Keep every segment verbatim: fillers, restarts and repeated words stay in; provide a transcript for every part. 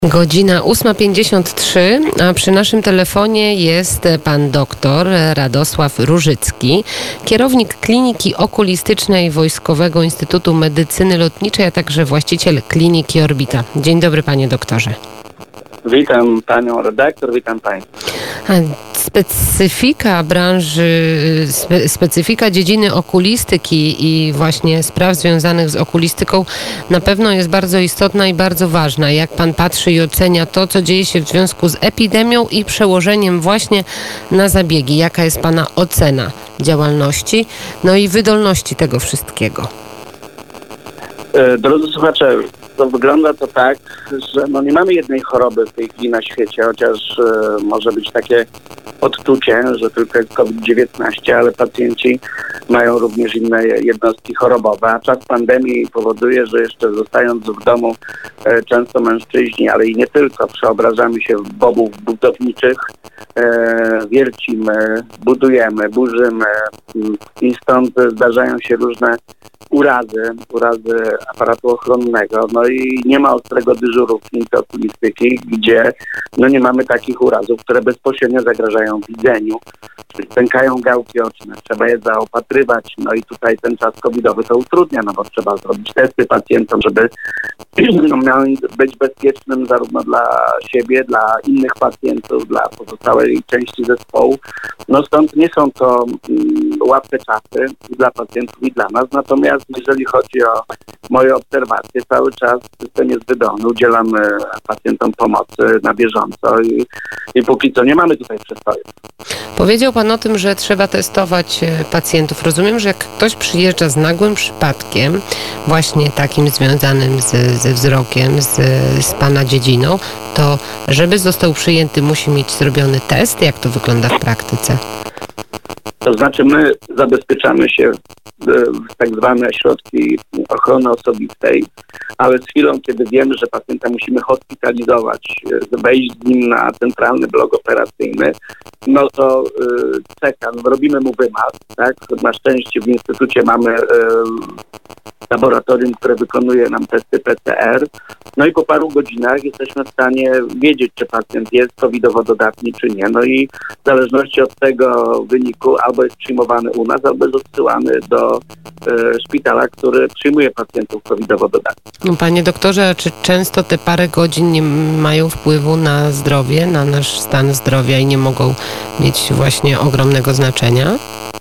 Godzina ósma pięćdziesiąt trzy, a przy naszym telefonie jest pan doktor Radosław Różycki, kierownik Kliniki Okulistycznej Wojskowego Instytutu Medycyny Lotniczej, a także właściciel Kliniki Orbita. Dzień dobry, panie doktorze. Witam panią redaktor, witam państwa. Specyfika branży, spe, specyfika dziedziny okulistyki i właśnie spraw związanych z okulistyką na pewno jest bardzo istotna i bardzo ważna. Jak pan patrzy i ocenia to, co dzieje się w związku z epidemią i przełożeniem właśnie na zabiegi? Jaka jest pana ocena działalności, no i wydolności tego wszystkiego? Drodzy słuchacze, to wygląda to tak, że no nie mamy jednej choroby w tej chwili na świecie, chociaż e, może być takie odczucie, że tylko jest COVID dziewiętnaście, ale pacjenci mają również inne jednostki chorobowe, a czas pandemii powoduje, że jeszcze zostając w domu e, często mężczyźni, ale i nie tylko, przeobrażamy się w bobów budowniczych, e, wiercimy, budujemy, burzymy i stąd zdarzają się różne urazy, urazy aparatu ochronnego, no i nie ma ostrego dyżuru w klinice okulistyki, gdzie no nie mamy takich urazów, które bezpośrednio zagrażają widzeniu, czyli pękają gałki oczne, trzeba je zaopatrywać, no i tutaj ten czas covidowy to utrudnia, no bo trzeba zrobić testy pacjentom, żeby no, miał być bezpiecznym zarówno dla siebie, dla innych pacjentów, dla pozostałej części zespołu. No stąd nie są to mm, łatwe czasy i dla pacjentów i dla nas, natomiast jeżeli chodzi o moje obserwacje, cały czas system jest wydolny, udzielamy pacjentom pomocy na bieżąco i, i póki co nie mamy tutaj przestoju. Powiedział pan o tym, że trzeba testować pacjentów. Rozumiem, że jak ktoś przyjeżdża z nagłym przypadkiem, właśnie takim związanym z, ze wzrokiem, z, z pana dziedziną, to żeby został przyjęty, musi mieć zrobiony test. Jak to wygląda w praktyce? To znaczy my zabezpieczamy się w tak zwane środki ochrony osobistej, ale z chwilą, kiedy wiemy, że pacjenta musimy hospitalizować, wejść z nim na centralny blok operacyjny, no to y, czeka, robimy mu wymaz, tak? Na szczęście w instytucie mamy y, laboratorium, które wykonuje nam testy P C R, no i po paru godzinach jesteśmy w stanie wiedzieć, czy pacjent jest covidowo dodatni, czy nie. No i w zależności od tego wyniku albo jest przyjmowany u nas, albo jest odsyłany do e, szpitala, który przyjmuje pacjentów covidowo dodatnich. Panie doktorze, a czy często te parę godzin nie mają wpływu na zdrowie, na nasz stan zdrowia i nie mogą mieć właśnie ogromnego znaczenia?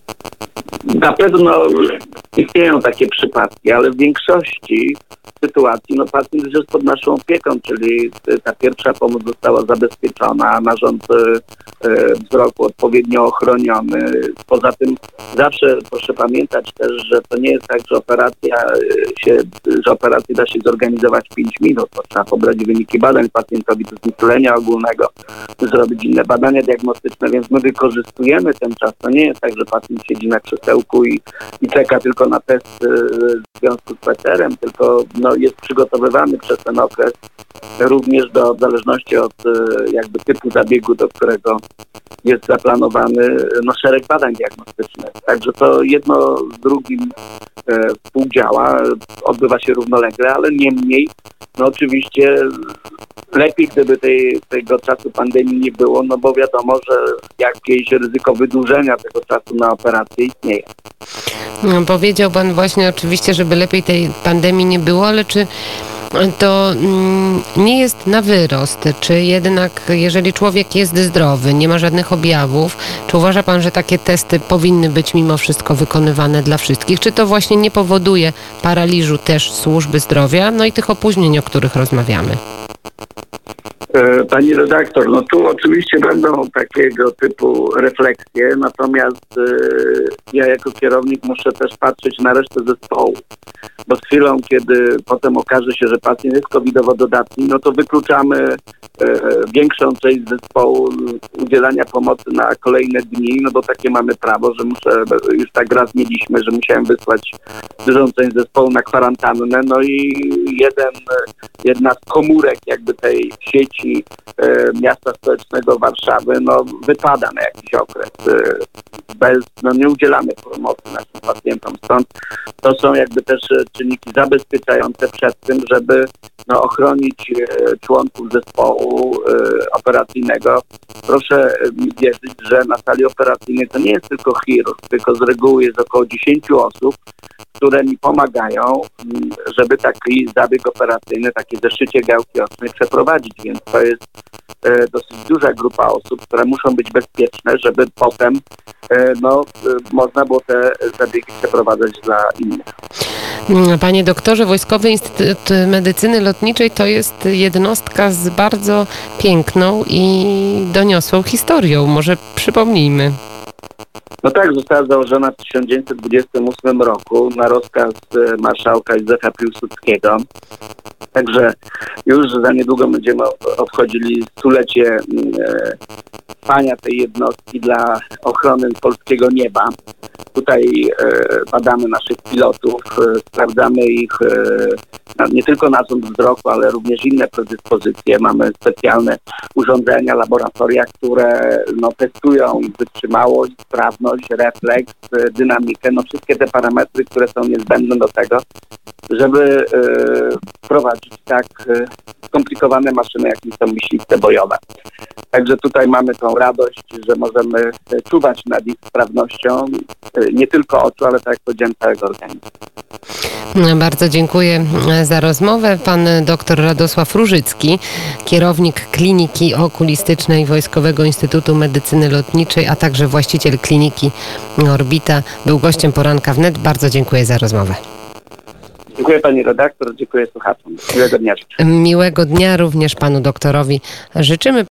Na pewno istnieją takie przypadki, ale w większości sytuacji no pacjent już jest pod naszą opieką, czyli ta pierwsza pomoc została zabezpieczona, narząd e, wzroku odpowiednio ochroniony. Poza tym zawsze proszę pamiętać też, że to nie jest tak, że operacja się, że operację da się zorganizować w pięć minut. To trzeba pobrać wyniki badań pacjentowi, to znieczulenia ogólnego, zrobić inne badania diagnostyczne, więc my wykorzystujemy ten czas. To nie jest tak, że pacjent siedzi na krzesełku i, i czeka tylko na test w związku z P C R em, tylko no, jest przygotowywany przez ten okres również do, w zależności od jakby typu zabiegu, do którego jest zaplanowany no, szereg badań diagnostycznych. Także to jedno z drugim e, współdziała, odbywa się równolegle, ale niemniej no oczywiście lepiej, gdyby tej, tego czasu pandemii nie było, no bo wiadomo, że jakieś ryzyko wydłużenia tego czasu na operację istnieje. No, powiedział pan właśnie oczywiście, żeby lepiej tej pandemii nie było, ale czy to mm, nie jest na wyrost? Czy jednak, jeżeli człowiek jest zdrowy, nie ma żadnych objawów, czy uważa pan, że takie testy powinny być mimo wszystko wykonywane dla wszystkich? Czy to właśnie nie powoduje paraliżu też służby zdrowia, no i tych opóźnień, o których rozmawiamy? Pani redaktor, no tu oczywiście będą takiego typu refleksje, natomiast y, ja jako kierownik muszę też patrzeć na resztę zespołu, bo z chwilą, kiedy potem okaże się, że pacjent jest covidowo dodatni, no to wykluczamy y, większą część zespołu udzielania pomocy na kolejne dni, no bo takie mamy prawo, że muszę, już tak raz mieliśmy, że musiałem wysłać dużą część zespołu na kwarantannę, no i jeden, jedna z komórek jakby tej sieci części e, miasta stołecznego Warszawy no, wypada na jakiś okres. E, bez, no, nie udzielamy pomocy naszym pacjentom. Stąd to są jakby też czynniki zabezpieczające przed tym, żeby no, ochronić e, członków zespołu e, operacyjnego. Proszę mi wierzyć, że na sali operacyjnej to nie jest tylko chirurg, tylko z reguły jest około dziesięciu osób, które mi pomagają, żeby taki zabieg operacyjny, takie zeszycie gałki ocznej przeprowadzić, więc to jest e, dosyć duża grupa osób, które muszą być bezpieczne, żeby potem e, no, e, można było te zabiegi przeprowadzać dla innych. Panie doktorze, Wojskowy Instytut Medycyny Lotniczej to jest jednostka z bardzo piękną i doniosłą historią. Może przypomnijmy. No tak, została założona w tysiąc dziewięćset dwudziestym ósmym roku na rozkaz marszałka Józefa Piłsudskiego. Także już za niedługo będziemy obchodzili stulecie e, trwania tej jednostki dla ochrony polskiego nieba. Tutaj e, badamy naszych pilotów, e, sprawdzamy ich e, nie tylko narząd wzroku, ale również inne predyspozycje. Mamy specjalne urządzenia, laboratoria, które no, testują ich wytrzymałość, sprawność, refleks, e, dynamikę, no wszystkie te parametry, które są niezbędne do tego, żeby e, prowadzić tak e, skomplikowane maszyny, jakim są myśliwce bojowe. Także tutaj mamy tą radość, że możemy e, czuwać nad ich sprawnością, e, nie tylko oczu, ale tak jak powiedziałem, całego organizmu. Bardzo dziękuję za rozmowę. Pan dr Radosław Różycki, kierownik Kliniki Okulistycznej Wojskowego Instytutu Medycyny Lotniczej, a także właściciel kliniki Orbita, był gościem Poranka Wnet. Bardzo dziękuję za rozmowę. Dziękuję pani redaktor, dziękuję słuchaczom. Miłego dnia życzę. Miłego dnia również panu doktorowi życzymy.